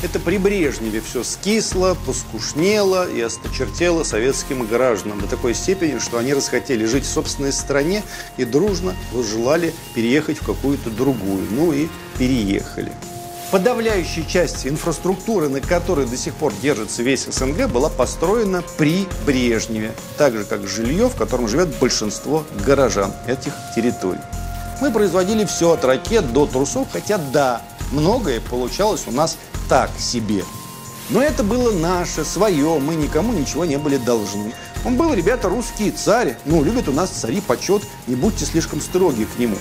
Это при Брежневе все скисло, поскушнело и осточертело советским гражданам до такой степени, что они расхотели жить в собственной стране и дружно возжелали переехать в какую-то другую. Ну и переехали. Подавляющая часть инфраструктуры, на которой до сих пор держится весь СНГ, была построена при Брежневе. Так же, как жилье, в котором живет большинство горожан этих территорий. Мы производили все от ракет до трусов, хотя да, многое получалось у нас так себе. Но это было наше, свое, мы никому ничего не были должны. Он был, ребята, русский царь. Ну, любят у нас цари почет, не будьте слишком строги к нему.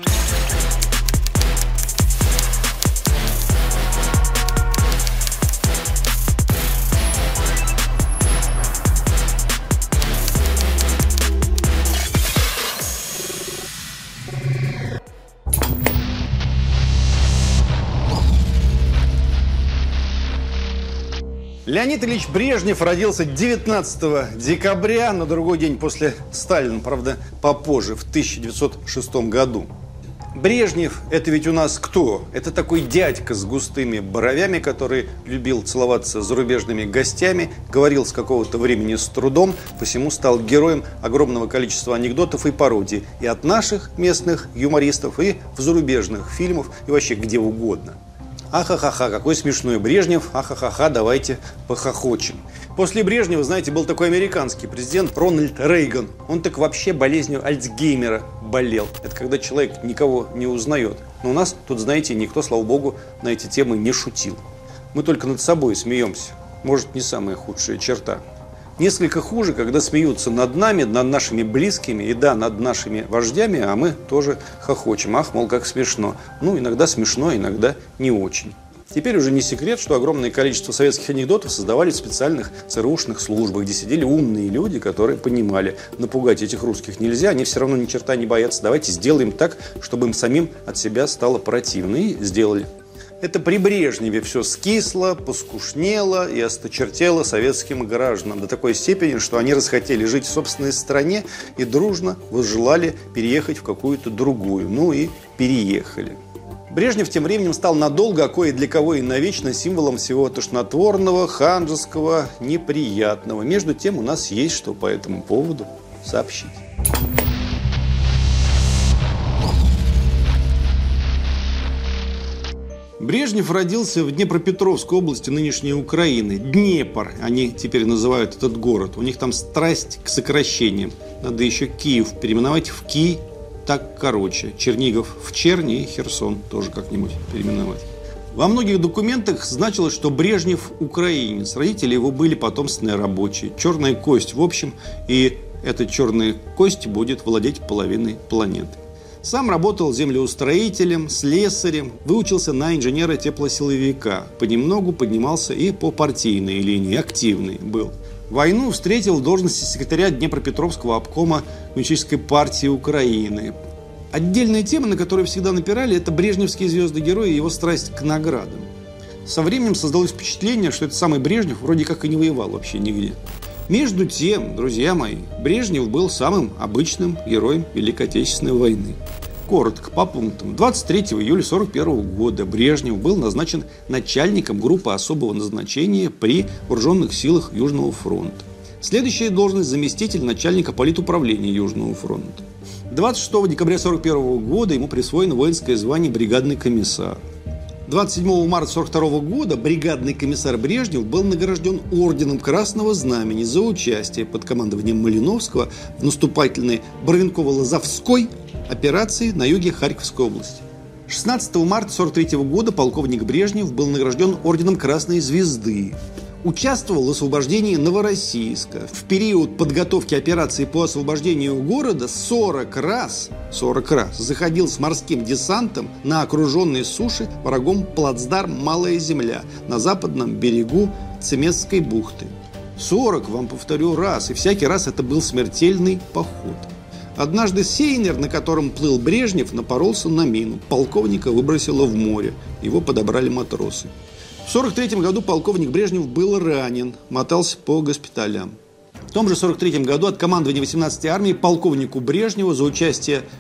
Леонид Ильич Брежнев родился 19 декабря, на другой день после Сталина, правда, попозже, в 1906 году. Брежнев – это ведь у нас кто? Это такой дядька с густыми бровями, который любил целоваться с зарубежными гостями, говорил с какого-то времени с трудом, посему стал героем огромного количества анекдотов и пародий и от наших местных юмористов, и в зарубежных фильмах, и вообще где угодно. Ахахаха, какой смешной Брежнев, ахахаха, давайте похохочем. После Брежнева, знаете, был такой американский президент Рональд Рейган. Он так вообще болезнью Альцгеймера болел. Это когда человек никого не узнает. Но у нас тут, знаете, никто, слава богу, на эти темы не шутил. Мы только над собой смеемся. Может, не самая худшая черта. Несколько хуже, когда смеются над нами, над нашими близкими и, да, над нашими вождями, а мы тоже хохочем. Ах, мол, как смешно. Ну, иногда смешно, иногда не очень. Теперь уже не секрет, что огромное количество советских анекдотов создавались в специальных ЦРУшных службах, где сидели умные люди, которые понимали, напугать этих русских нельзя, они все равно ни черта не боятся. Давайте сделаем так, чтобы им самим от себя стало противно. И сделали. Это при Брежневе все скисло, поскушнело и осточертело советским гражданам до такой степени, что они расхотели жить в собственной стране и дружно возжелали переехать в какую-то другую. Ну и переехали. Брежнев тем временем стал надолго, а кое для кого и навечно символом всего тошнотворного, ханжеского, неприятного. Между тем у нас есть что по этому поводу сообщить. Брежнев родился в Днепропетровской области нынешней Украины. Днепр, они теперь называют этот город. У них там страсть к сокращениям. Надо еще Киев переименовать в Ки, так короче. Чернигов в Черни и Херсон тоже как-нибудь переименовать. Во многих документах значилось, что Брежнев украинец. Родители его были потомственные рабочие. Черная кость в общем, и эта черная кость будет владеть половиной планеты. Сам работал землеустроителем, слесарем, выучился на инженера-теплосиловика. Понемногу поднимался и по партийной линии, активный был. Войну встретил в должности секретаря Днепропетровского обкома Коммунистической партии Украины. Отдельная тема, на которую всегда напирали, это брежневские звезды-герои и его страсть к наградам. Со временем создалось впечатление, что этот самый Брежнев вроде как и не воевал вообще нигде. Между тем, друзья мои, Брежнев был самым обычным героем Великой Отечественной войны. Коротко, по пунктам. 23 июля 1941 года Брежнев был назначен начальником группы особого назначения при Вооруженных силах Южного фронта. Следующая должность – заместитель начальника политуправления Южного фронта. 26 декабря 1941 года ему присвоено воинское звание бригадный комиссар. 27 марта 1942 года бригадный комиссар Брежнев был награжден орденом Красного Знамени за участие под командованием Малиновского в наступательной Барвинково-Лозовской операции на юге Харьковской области. 16 марта 1943 года полковник Брежнев был награжден орденом Красной Звезды. Участвовал в освобождении Новороссийска. В период подготовки операции по освобождению города 40 раз заходил с морским десантом на окруженной суше врагом плацдарм «Малая земля» на западном берегу Цемесской бухты. 40, вам повторю, раз. И всякий раз это был смертельный поход. Однажды сейнер, на котором плыл Брежнев, напоролся на мину. Полковника выбросило в море. Его подобрали матросы. В 1943 году полковник Брежнев был ранен, мотался по госпиталям. В том же 1943 году от командования 18-й армии полковнику Брежневу за участие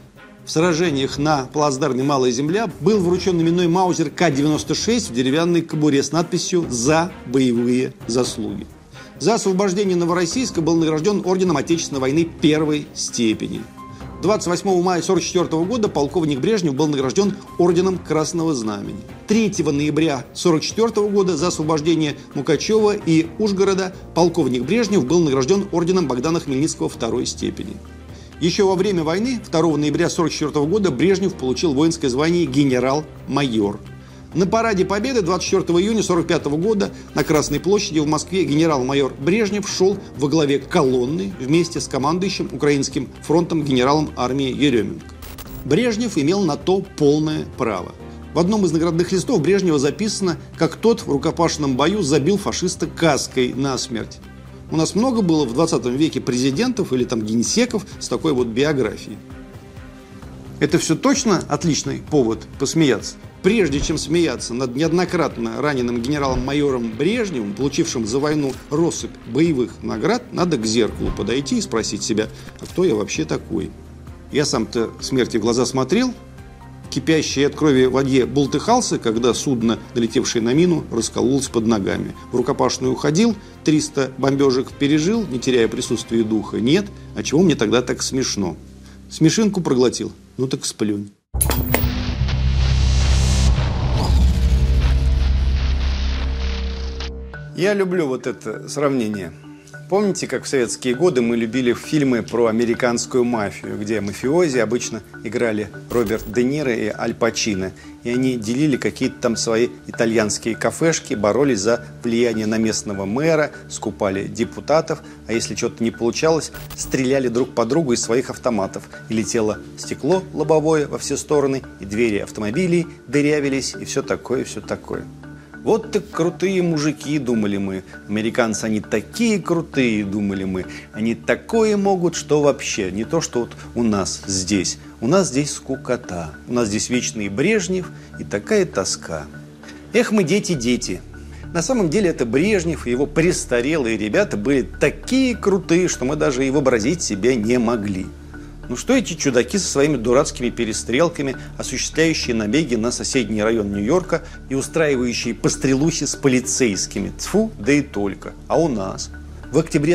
в сражениях на плацдарме «Малая земля» был вручен именной Маузер К-96 в деревянной кобуре с надписью «За боевые заслуги». За освобождение Новороссийска был награжден орденом Отечественной войны первой степени. 28 мая 1944 года полковник Брежнев был награжден орденом Красного Знамени. 3 ноября 1944 года за освобождение Мукачева и Ужгорода полковник Брежнев был награжден орденом Богдана Хмельницкого второй степени. Еще во время войны 2 ноября 1944 года Брежнев получил воинское звание генерал-майор. На параде Победы 24 июня 1945 года на Красной площади в Москве генерал-майор Брежнев шел во главе колонны вместе с командующим Украинским фронтом генералом армии Еременко. Брежнев имел на то полное право. В одном из наградных листов Брежнева записано, как тот в рукопашном бою забил фашиста каской насмерть. У нас много было в 20 веке президентов или там генсеков с такой вот биографией. Это все точно отличный повод посмеяться. Прежде чем смеяться над неоднократно раненым генералом-майором Брежневым, получившим за войну россыпь боевых наград, надо к зеркалу подойти и спросить себя, а кто я вообще такой? Я сам-то смерти в глаза смотрел, кипящий от крови в воде бултыхался, когда судно, налетевшее на мину, раскололось под ногами. В рукопашную уходил, 300 бомбежек пережил, не теряя присутствия духа. Нет, а чего мне тогда так смешно? Смешинку проглотил? Ну так сплюнь. Я люблю вот это сравнение. Помните, как в советские годы мы любили фильмы про американскую мафию, где мафиози обычно играли Роберт Де Ниро и Аль Пачино, и они делили какие-то там свои итальянские кафешки, боролись за влияние на местного мэра, скупали депутатов, а если что-то не получалось, стреляли друг по другу из своих автоматов, и летело стекло лобовое во все стороны, и двери автомобилей дырявились, и все такое, все такое. Вот так крутые мужики, думали мы. Американцы, они такие крутые, думали мы. Они такое могут, что вообще. Не то, что вот у нас здесь. У нас здесь скукота. У нас здесь вечный Брежнев и такая тоска. Эх, мы дети. На самом деле это Брежнев и его престарелые ребята были такие крутые, что мы даже и вообразить себе не могли. Ну что эти чудаки со своими дурацкими перестрелками, осуществляющие набеги на соседний район Нью-Йорка и устраивающие пострелухи с полицейскими? Тьфу, да и только. А у нас? В октябре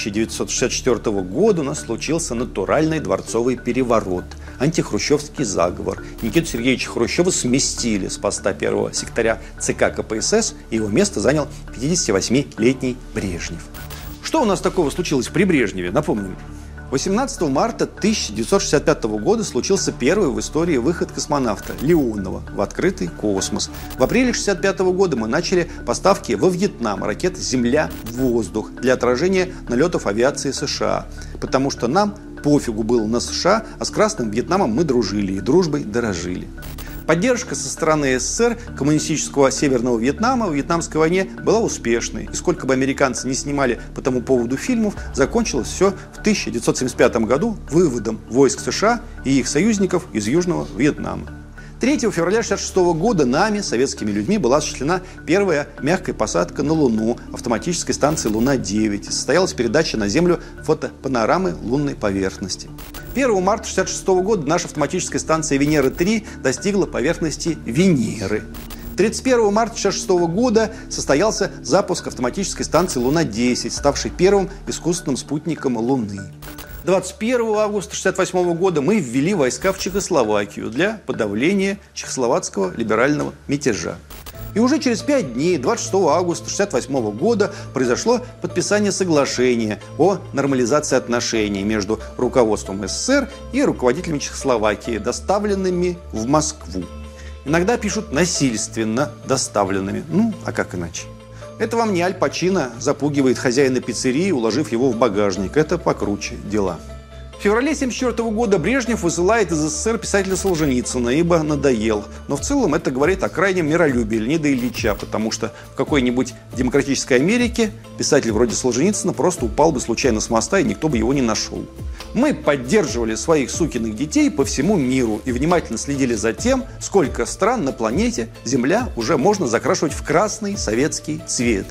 1964 года у нас случился натуральный дворцовый переворот, антихрущевский заговор. Никиту Сергеевича Хрущева сместили с поста первого секретаря ЦК КПСС, и его место занял 58-летний Брежнев. Что у нас такого случилось при Брежневе? Напомним. 18 марта 1965 года случился первый в истории выход космонавта Леонова в открытый космос. В апреле 1965 года мы начали поставки во Вьетнам ракет «Земля-воздух» для отражения налетов авиации США, потому что нам пофигу было на США, а с Красным Вьетнамом мы дружили и дружбой дорожили. Поддержка со стороны СССР коммунистического Северного Вьетнама в Вьетнамской войне была успешной. И сколько бы американцы не снимали по тому поводу фильмов, закончилось все в 1975 году выводом войск США и их союзников из Южного Вьетнама. 3 февраля 1966 года нами, советскими людьми, была осуществлена первая мягкая посадка на Луну автоматической станции «Луна-9». Состоялась передача на Землю фотопанорамы лунной поверхности. 1 марта 1966 года наша автоматическая станция «Венера-3» достигла поверхности Венеры. 31 марта 1966 года состоялся запуск автоматической станции «Луна-10», ставшей первым искусственным спутником Луны. 21 августа 1968 года мы ввели войска в Чехословакию для подавления чехословацкого либерального мятежа. И уже через 5 дней, 26 августа 1968 года, произошло подписание соглашения о нормализации отношений между руководством СССР и руководителями Чехословакии, доставленными в Москву. Иногда пишут «насильственно доставленными». Ну, а как иначе? Это вам не Аль Пачино запугивает хозяина пиццерии, уложив его в багажник. Это покруче дела. В феврале 1974 года Брежнев высылает из СССР писателя Солженицына, ибо надоел. Но в целом это говорит о крайнем миролюбии Леонида Ильича, потому что в какой-нибудь демократической Америке писатель вроде Солженицына просто упал бы случайно с моста, и никто бы его не нашел. Мы поддерживали своих сукиных детей по всему миру и внимательно следили за тем, сколько стран на планете Земля уже можно закрашивать в красный советский цвет.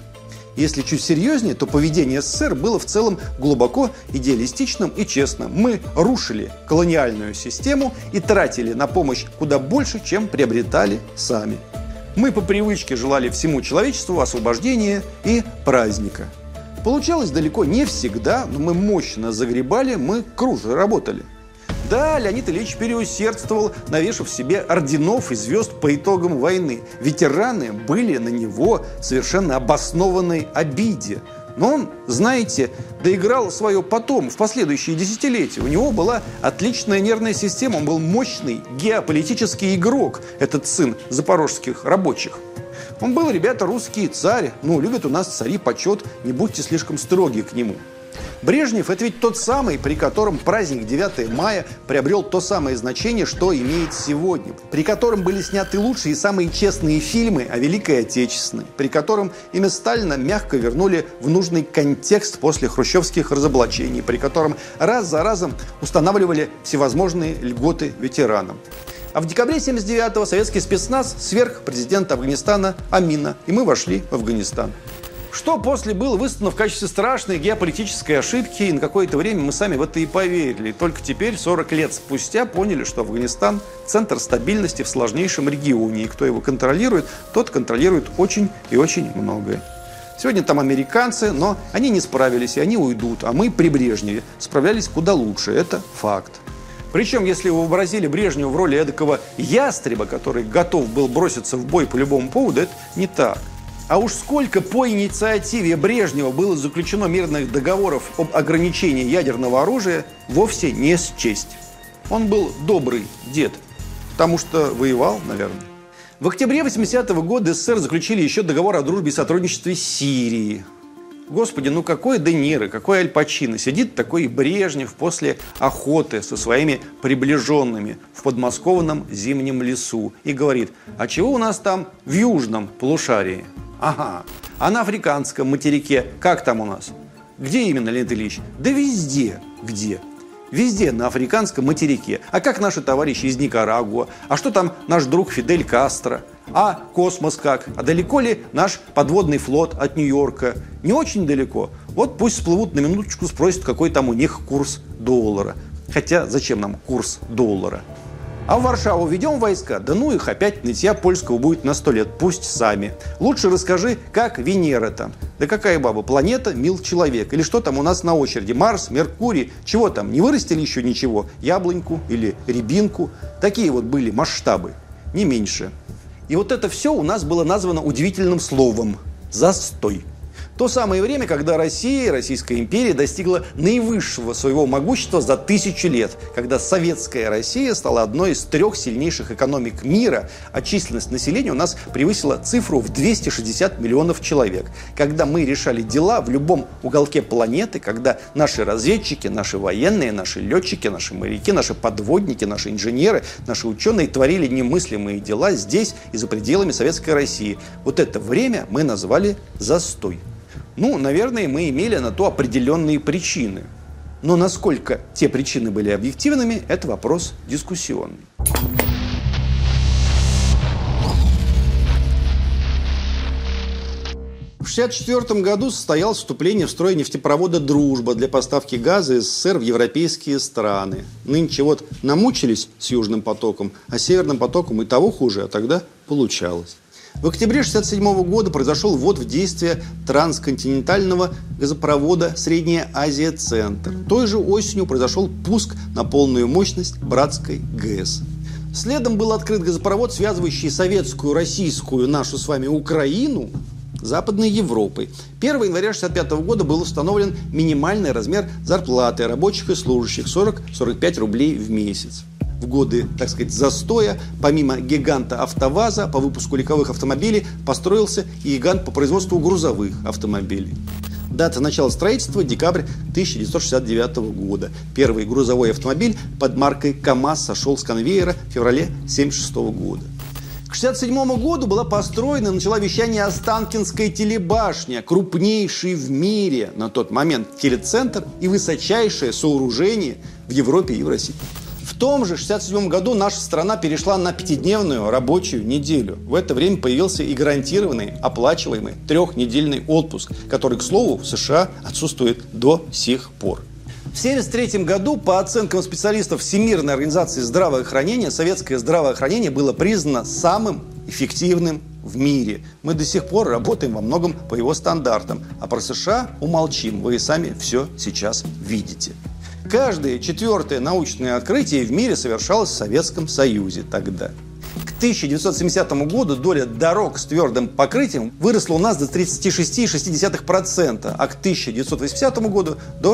Если чуть серьезнее, то поведение СССР было в целом глубоко идеалистичным и честным. Мы рушили колониальную систему и тратили на помощь куда больше, чем приобретали сами. Мы по привычке желали всему человечеству освобождения и праздника. Получалось далеко не всегда, но мы мощно загребали, мы круто работали. Да, Леонид Ильич переусердствовал, навешав себе орденов и звезд по итогам войны. Ветераны были на него совершенно обоснованной обиде. Но он, знаете, доиграл свое потом, в последующие десятилетия. У него была отличная нервная система, он был мощный геополитический игрок, этот сын запорожских рабочих. Он был, ребята, русский царь. Любят у нас цари почет, не будьте слишком строги к нему. Брежнев – это ведь тот самый, при котором праздник 9 мая приобрел то самое значение, что имеет сегодня. При котором были сняты лучшие и самые честные фильмы о Великой Отечественной. При котором имя Сталина мягко вернули в нужный контекст после хрущевских разоблачений. При котором раз за разом устанавливали всевозможные льготы ветеранам. А в декабре 1979-го советский спецназ сверг президента Афганистана Амина, и мы вошли в Афганистан. Что после было выставлено в качестве страшной геополитической ошибки, и на какое-то время мы сами в это и поверили. И только теперь, 40 лет спустя, поняли, что Афганистан – центр стабильности в сложнейшем регионе, и кто его контролирует, тот контролирует очень и очень многое. Сегодня там американцы, но они не справились, и они уйдут, а мы при Брежневе справлялись куда лучше, это факт. Причем, если вы вообразили Брежнева в роли эдакого ястреба, который готов был броситься в бой по любому поводу, это не так. А уж сколько по инициативе Брежнева было заключено мирных договоров об ограничении ядерного оружия, вовсе не счесть. Он был добрый дед, потому что воевал, наверное. В октябре 80-го года СССР заключили еще договор о дружбе и сотрудничестве с Сирией. Господи, какой Де Ниро, какой Аль Пачино. Сидит такой Брежнев после охоты со своими приближенными в подмосковном зимнем лесу и говорит: а чего у нас там в южном полушарии? Ага, а на африканском материке как там у нас? Где именно, Леонид Ильич? Да везде. Где? Везде на африканском материке. А как наши товарищи из Никарагуа? А что там наш друг Фидель Кастро? А космос как? А далеко ли наш подводный флот от Нью-Йорка? Не очень далеко. Вот пусть всплывут на минуточку, спросят, какой там у них курс доллара. Хотя зачем нам курс доллара? А в Варшаву ведем войска? Да их опять нытья польского будет на 100 лет. Пусть сами. Лучше расскажи, как Венера там. Да какая баба? Планета, мил человек. Или что там у нас на очереди? Марс, Меркурий. Чего там? Не вырастили еще ничего? Яблоньку или рябинку? Такие вот были масштабы. Не меньше. И вот это все у нас было названо удивительным словом – застой. То самое время, когда Россия, Российская империя достигла наивысшего своего могущества за 1000 лет, когда советская Россия стала одной из 3 сильнейших экономик мира, а численность населения у нас превысила цифру в 260 миллионов человек. Когда мы решали дела в любом уголке планеты, когда наши разведчики, наши военные, наши летчики, наши моряки, наши подводники, наши инженеры, наши ученые творили немыслимые дела здесь и за пределами Советской России. Вот это время мы назвали застой. Наверное, мы имели на то определенные причины. Но насколько те причины были объективными, это вопрос дискуссионный. В 1964 году состоялось вступление в строй нефтепровода «Дружба» для поставки газа из СССР в европейские страны. Нынче намучились с Южным потоком, а с Северным потоком и того хуже, а тогда получалось. В октябре 1967 года произошел ввод в действие трансконтинентального газопровода «Средняя Азия-Центр». Той же осенью произошел пуск на полную мощность Братской ГЭС. Следом был открыт газопровод, связывающий советскую, российскую, нашу с вами Украину, Западной Европой. 1 января 1965 года был установлен минимальный размер зарплаты рабочих и служащих – 40-45 рублей в месяц. В годы, так сказать, застоя, помимо гиганта АвтоВАЗа по выпуску легковых автомобилей, построился и гигант по производству грузовых автомобилей. Дата начала строительства – декабрь 1969 года. Первый грузовой автомобиль под маркой КАМАЗ сошел с конвейера в феврале 1976 года. К 1967 году была построена и начала вещание Останкинская телебашня, крупнейший в мире на тот момент телецентр и высочайшее сооружение в Европе и в России. В В том же 1967 году наша страна перешла на 5-дневную рабочую неделю. В это время появился и гарантированный, оплачиваемый 3-недельный отпуск, который, к слову, в США отсутствует до сих пор. В 1973 году, по оценкам специалистов Всемирной организации здравоохранения, советское здравоохранение было признано самым эффективным в мире. Мы до сих пор работаем во многом по его стандартам. А про США умолчим, вы и сами все сейчас видите. Каждое 4-е научное открытие в мире совершалось в Советском Союзе тогда. К 1970 году доля дорог с твердым покрытием выросла у нас до 36,6%, а к 1980 году до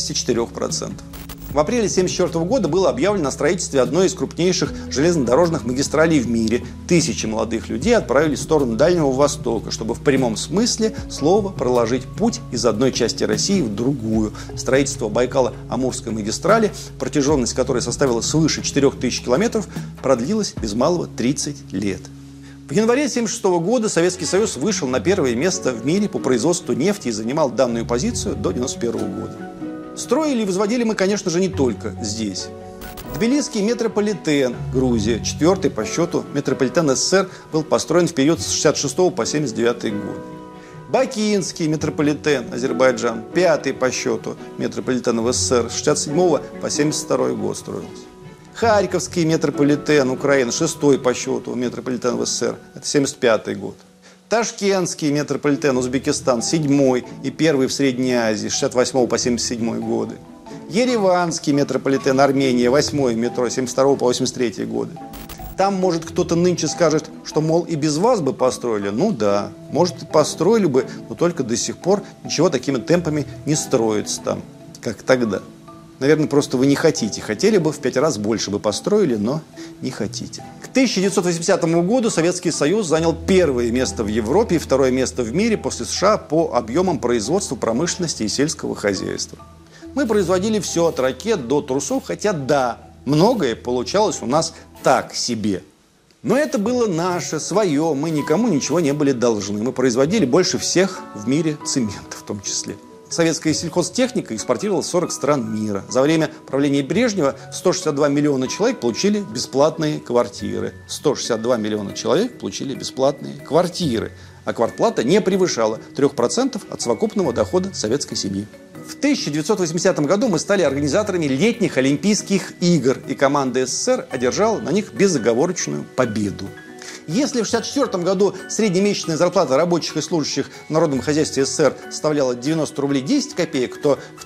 64%. В апреле 1974 года было объявлено о строительстве одной из крупнейших железнодорожных магистралей в мире. Тысячи молодых людей отправились в сторону Дальнего Востока, чтобы в прямом смысле слова проложить путь из одной части России в другую. Строительство Байкало-Амурской магистрали, протяженность которой составила свыше 4000 километров, продлилось без малого 30 лет. В январе 1976 года Советский Союз вышел на первое место в мире по производству нефти и занимал данную позицию до 1991 года. Строили и возводили мы, конечно же, не только здесь. Тбилисский метрополитен, Грузия, 4-й по счету метрополитен СССР, был построен в период с 1966 по 1979 год. Бакинский метрополитен, Азербайджан, 5-й по счету метрополитен в СССР, с 1967 по 1972 год строился. Харьковский метрополитен, Украина, 6-й по счету метрополитен в СССР, это 1975 год. Ташкентский метрополитен, Узбекистан, 7-й и 1-й в Средней Азии, с 1968 по 1977 годы. Ереванский метрополитен, Армения, 8-й метро, с 1972 по 1983 годы. Там, может, кто-то нынче скажет, что, мол, и без вас бы построили. Ну да, может, и построили бы, но только до сих пор ничего такими темпами не строится там, как тогда. Наверное, просто вы не хотите. Хотели бы, в 5 раз больше бы построили, но не хотите. К 1980 году Советский Союз занял 1-е место в Европе и 2-е место в мире после США по объемам производства, промышленности и сельского хозяйства. Мы производили все от ракет до трусов, хотя да, многое получалось у нас так себе. Но это было наше, свое, мы никому ничего не были должны. Мы производили больше всех в мире цемента в том числе. Советская сельхозтехника экспортировалась в 40 стран мира. За время правления Брежнева 162 миллиона человек получили бесплатные квартиры. 162 миллиона человек получили бесплатные квартиры. А квартплата не превышала 3% от совокупного дохода советской семьи. В 1980 году мы стали организаторами летних Олимпийских игр, и команда СССР одержала на них безоговорочную победу. Если в 1964 году среднемесячная зарплата рабочих и служащих в Народном хозяйстве СССР составляла 90 рублей 10 копеек, то в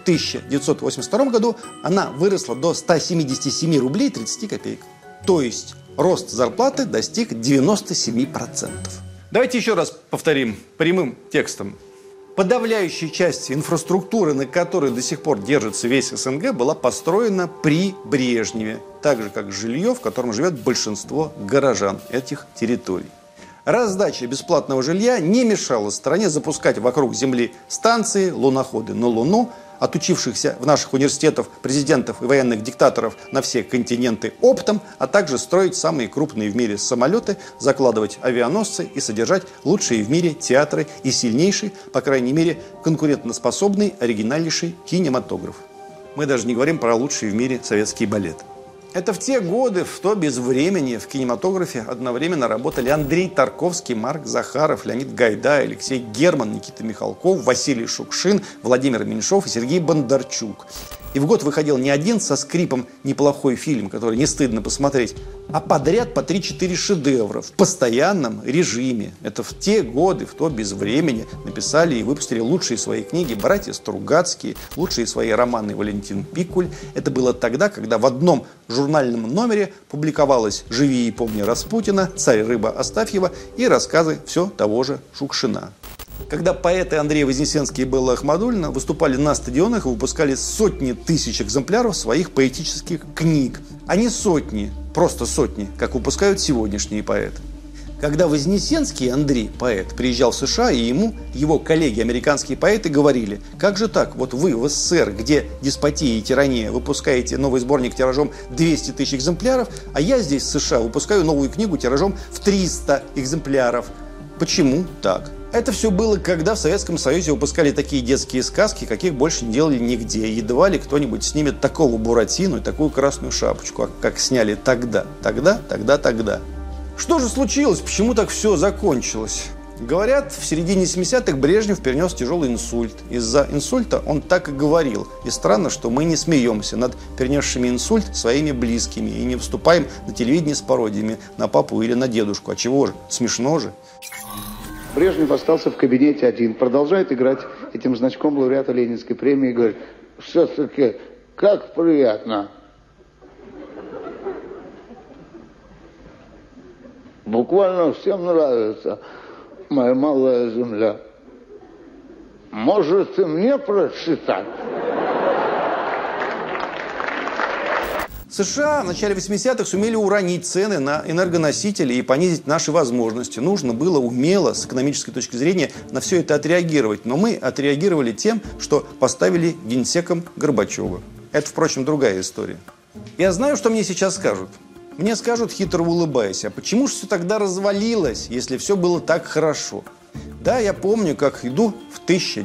1982 году она выросла до 177 рублей 30 копеек. То есть рост зарплаты достиг 97%. Давайте еще раз повторим прямым текстом. Подавляющая часть инфраструктуры, на которой до сих пор держится весь СНГ, была построена при Брежневе, так же, как жилье, в котором живет большинство горожан этих территорий. Раздача бесплатного жилья не мешала стране запускать вокруг Земли станции, луноходы на Луну, отучившихся в наших университетах президентов и военных диктаторов на все континенты оптом, а также строить самые крупные в мире самолеты, закладывать авианосцы и содержать лучшие в мире театры и сильнейший, по крайней мере, конкурентоспособный, оригинальнейший кинематограф. Мы даже не говорим про лучший в мире советский балет. Это в те годы, в то безвремени, в кинематографе одновременно работали Андрей Тарковский, Марк Захаров, Леонид Гайдай, Алексей Герман, Никита Михалков, Василий Шукшин, Владимир Меньшов и Сергей Бондарчук. И в год выходил не один со скрипом неплохой фильм, который не стыдно посмотреть, а подряд по 3-4 шедевра в постоянном режиме. Это в те годы, в то безвремени написали и выпустили лучшие свои книги братья Стругацкие, лучшие свои романы Валентин Пикуль. Это было тогда, когда в одном журнальном номере публиковалось «Живи и помни Распутина», «Царь-рыба» Астафьева и рассказы все того же Шукшина. Когда поэты Андрей Вознесенский и Белла Ахмадуллина выступали на стадионах и выпускали сотни тысяч экземпляров своих поэтических книг, а не сотни, просто сотни, как выпускают сегодняшние поэты. Когда Вознесенский Андрей, поэт, приезжал в США, и ему его коллеги, американские поэты, говорили: как же так, вот вы в СССР, где деспотия и тирания, выпускаете новый сборник тиражом 200 тысяч экземпляров, а я здесь в США выпускаю новую книгу тиражом в 300 экземпляров. Почему так? Это все было, когда в Советском Союзе выпускали такие детские сказки, каких больше не делали нигде. Едва ли кто-нибудь снимет такого Буратино и такую красную шапочку, как сняли тогда. Тогда. Что же случилось? Почему так все закончилось? Говорят, в середине 70-х Брежнев перенес тяжелый инсульт. Из-за инсульта он так и говорил. И странно, что мы не смеемся над перенесшими инсульт своими близкими и не выступаем на телевидении с пародиями на папу или на дедушку. А чего же? Смешно же. Брежнев остался в кабинете один, продолжает играть этим значком лауреата Ленинской премии и говорит: все-таки как приятно. Буквально всем нравится моя малая земля. Может, и мне прочитать? США в начале 80-х сумели уронить цены на энергоносители и понизить наши возможности. Нужно было умело, с экономической точки зрения, на все это отреагировать. Но мы отреагировали тем, что поставили генсеком Горбачева. Это, впрочем, другая история. Я знаю, что мне сейчас скажут. Мне скажут, хитро улыбаясь: а почему же все тогда развалилось, если все было так хорошо? Да, я помню, как иду в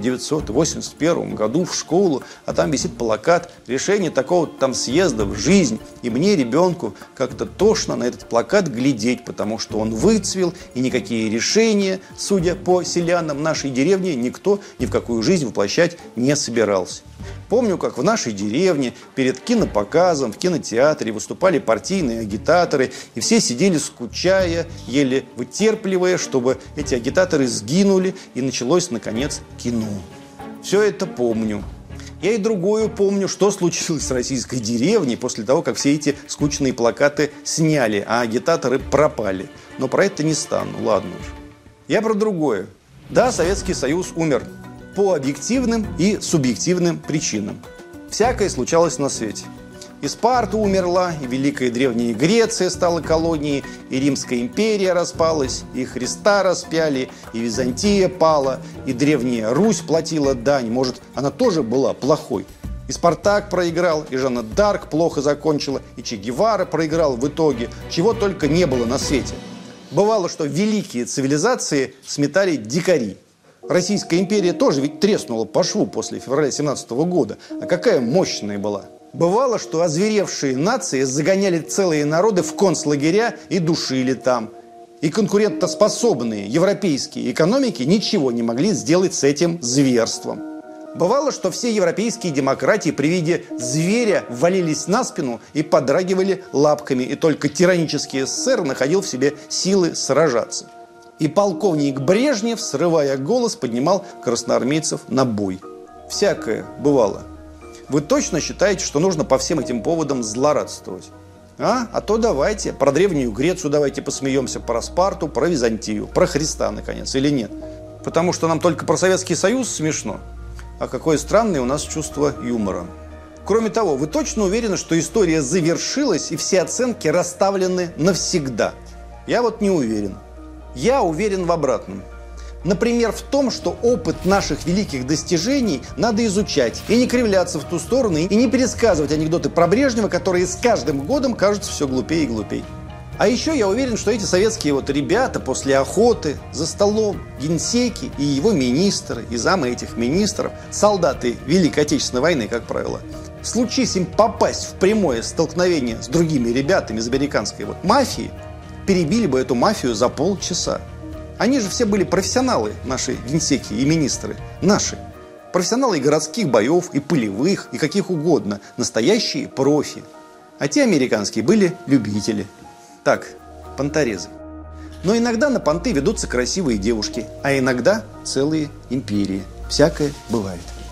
1981 году в школу, а там висит плакат: решение такого там съезда в жизнь. И мне, ребенку, как-то тошно на этот плакат глядеть, потому что он выцвел, и никакие решения, судя по селянам нашей деревни, никто ни в какую жизнь воплощать не собирался. Помню, как в нашей деревне перед кинопоказом в кинотеатре выступали партийные агитаторы, и все сидели скучая, еле вытерпливая, чтобы эти агитаторы сгинули, и началось, наконец, кино. Все это помню. Я и другое помню, что случилось с российской деревней после того, как все эти скучные плакаты сняли, а агитаторы пропали. Но про это не стану, ладно уж. Я про другое. Да, Советский Союз умер. По объективным и субъективным причинам. Всякое случалось на свете. И Спарта умерла, и Великая Древняя Греция стала колонией, и Римская империя распалась, и Христа распяли, и Византия пала, и Древняя Русь платила дань. Может, она тоже была плохой? И Спартак проиграл, и Жанна д'Арк плохо закончила, и Че Гевара проиграл в итоге. Чего только не было на свете. Бывало, что великие цивилизации сметали дикари. Российская империя тоже ведь треснула по шву после февраля 17 года. А какая мощная была. Бывало, что озверевшие нации загоняли целые народы в концлагеря и душили там. И конкурентоспособные европейские экономики ничего не могли сделать с этим зверством. Бывало, что все европейские демократии при виде зверя валились на спину и подрагивали лапками, и только тиранический СССР находил в себе силы сражаться. И полковник Брежнев, срывая голос, поднимал красноармейцев на бой. Всякое бывало. Вы точно считаете, что нужно по всем этим поводам злорадствовать? А то давайте, про Древнюю Грецию давайте посмеемся, про Спарту, про Византию, про Христа, наконец, или нет? Потому что нам только про Советский Союз смешно. А какое странное у нас чувство юмора. Кроме того, вы точно уверены, что история завершилась и все оценки расставлены навсегда? Я вот не уверен. Я уверен в обратном. Например, в том, что опыт наших великих достижений надо изучать и не кривляться в ту сторону, и не пересказывать анекдоты про Брежнева, которые с каждым годом кажутся все глупее и глупее. А еще я уверен, что эти советские ребята после охоты за столом генсеки и его министры, и замы этих министров, солдаты Великой Отечественной войны, как правило, случись им попасть в прямое столкновение с другими ребятами из американской мафии, перебили бы эту мафию за полчаса. Они же все были профессионалы, наши генсеки и министры. Наши. Профессионалы и городских боев, и полевых, и каких угодно. Настоящие профи. А те американские были любители. Так, понторезы. Но иногда на понты ведутся красивые девушки, а иногда целые империи. Всякое бывает.